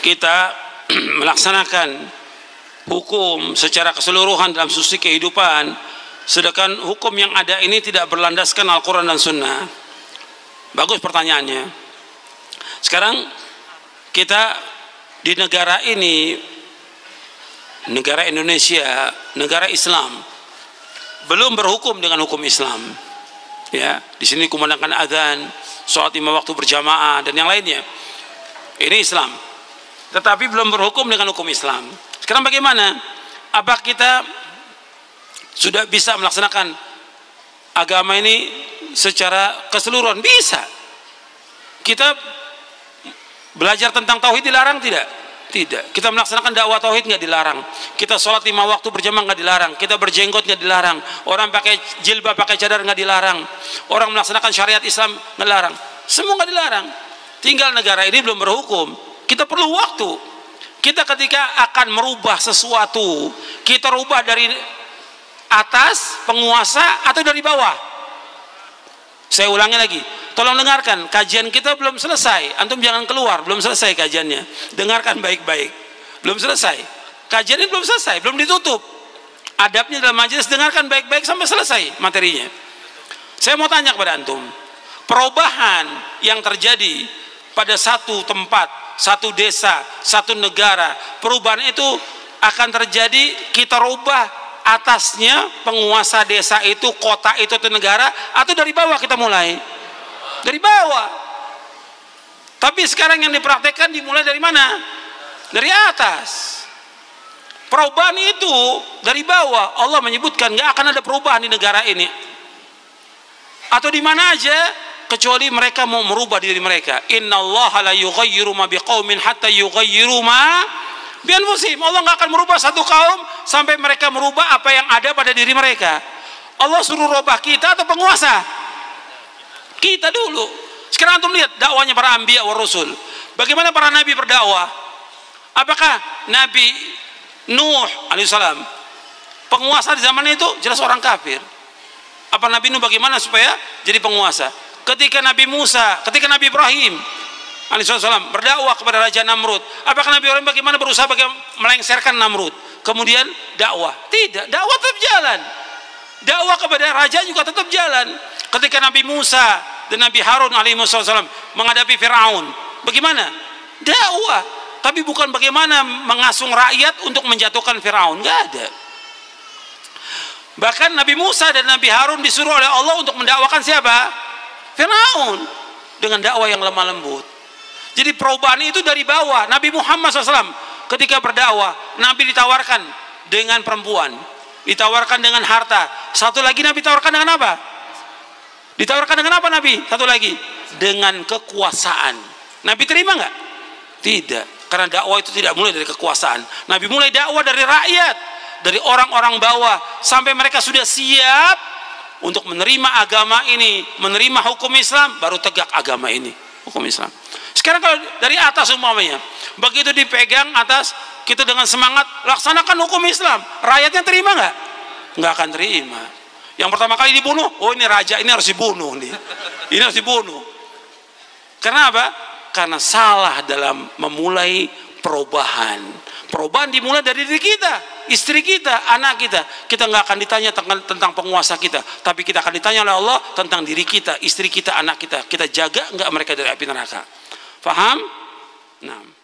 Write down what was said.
kita melaksanakan hukum secara keseluruhan dalam sisi kehidupan, sedangkan hukum yang ada ini tidak berlandaskan Al-Quran dan Sunnah? Bagus pertanyaannya. Sekarang kita di negara ini, negara Indonesia, negara Islam, belum berhukum dengan hukum Islam. Ya, di sini kumandangkan adzan, sholat 5 waktu berjamaah dan yang lainnya. Ini Islam. Tetapi belum berhukum dengan hukum Islam. Sekarang bagaimana? Apa kita sudah bisa melaksanakan agama ini secara keseluruhan? Bisa. Kita belajar tentang tauhid dilarang tidak? Tidak. Kita melaksanakan dakwah tauhid nggak dilarang. Kita sholat 5 waktu berjamaah nggak dilarang. Kita berjenggot nggak dilarang. Orang pakai jilbab, pakai cadar nggak dilarang. Orang melaksanakan syariat Islam nggak dilarang. Semua nggak dilarang. Tinggal negara ini belum berhukum. Kita perlu waktu. Kita ketika akan merubah sesuatu, kita rubah dari atas penguasa atau dari bawah? Saya ulangi lagi, tolong dengarkan, kajian kita belum selesai. Antum jangan keluar, belum selesai kajiannya. Dengarkan baik-baik, belum selesai. Kajian ini belum selesai, belum ditutup. Adabnya dalam majelis, dengarkan baik-baik sampai selesai materinya. Saya mau tanya kepada antum, perubahan yang terjadi pada satu tempat, satu desa, satu negara, perubahan itu akan terjadi, kita rubah atasnya, penguasa desa itu, kota itu, atau negara, atau dari bawah kita mulai? Dari bawah. Tapi sekarang yang dipraktekkan dimulai dari mana? Dari atas. Perubahan itu dari bawah. Allah menyebutkan nggak akan ada perubahan di negara ini atau di mana aja kecuali mereka mau merubah diri mereka. Innallaha la yughayyiru ma biqaumin hatta yughayyiru ma bi anfusihim. Allah nggak akan merubah satu kaum sampai mereka merubah apa yang ada pada diri mereka. Allah suruh rubah kita atau penguasa? Kita dulu. Sekarang antum lihat dakwanya para anbiya wa rasul. Bagaimana para nabi berdakwah? Apakah Nabi Nuh alaihissalam penguasa di zaman itu? Jelas orang kafir. Apa Nabi Nuh bagaimana supaya jadi penguasa? Ketika Nabi Musa, ketika Nabi Ibrahim alaihissalam berdakwah kepada Raja Namrud, apakah Nabi Ibrahim bagaimana berusaha melengsarkan Namrud? Kemudian dakwah? Tidak, dakwah tetap jalan. Dakwah kepada raja juga tetap jalan. Ketika Nabi Musa dan Nabi Harun alaihissalam menghadapi Firaun, bagaimana? Dakwah, tapi bukan bagaimana mengasung rakyat untuk menjatuhkan Firaun, nggak ada. Bahkan Nabi Musa dan Nabi Harun disuruh oleh Allah untuk mendakwakan siapa? Firaun, dengan dakwah yang lemah lembut. Jadi perubahan itu dari bawah. Nabi Muhammad SAW ketika berdakwah, Nabi ditawarkan dengan perempuan, ditawarkan dengan harta. Satu lagi Nabi ditawarkan dengan apa? Ditawarkan dengan apa Nabi? Satu lagi, dengan kekuasaan. Nabi terima nggak? Tidak, karena dakwah itu tidak mulai dari kekuasaan. Nabi mulai dakwah dari rakyat, dari orang-orang bawah, sampai mereka sudah siap untuk menerima agama ini, menerima hukum Islam, baru tegak agama ini, hukum Islam. Sekarang kalau dari atas umpamanya, begitu dipegang atas, kita dengan semangat laksanakan hukum Islam, rakyatnya terima nggak? Nggak akan terima. Yang pertama kali dibunuh, oh ini raja, ini harus dibunuh nih, ini harus dibunuh. Karena apa? Karena salah dalam memulai perubahan. Perubahan dimulai dari diri kita, istri kita, anak kita. Kita nggak akan ditanya tentang penguasa kita, tapi kita akan ditanya oleh Allah tentang diri kita, istri kita, anak kita. Kita jaga nggak mereka dari api neraka? Faham? Nah.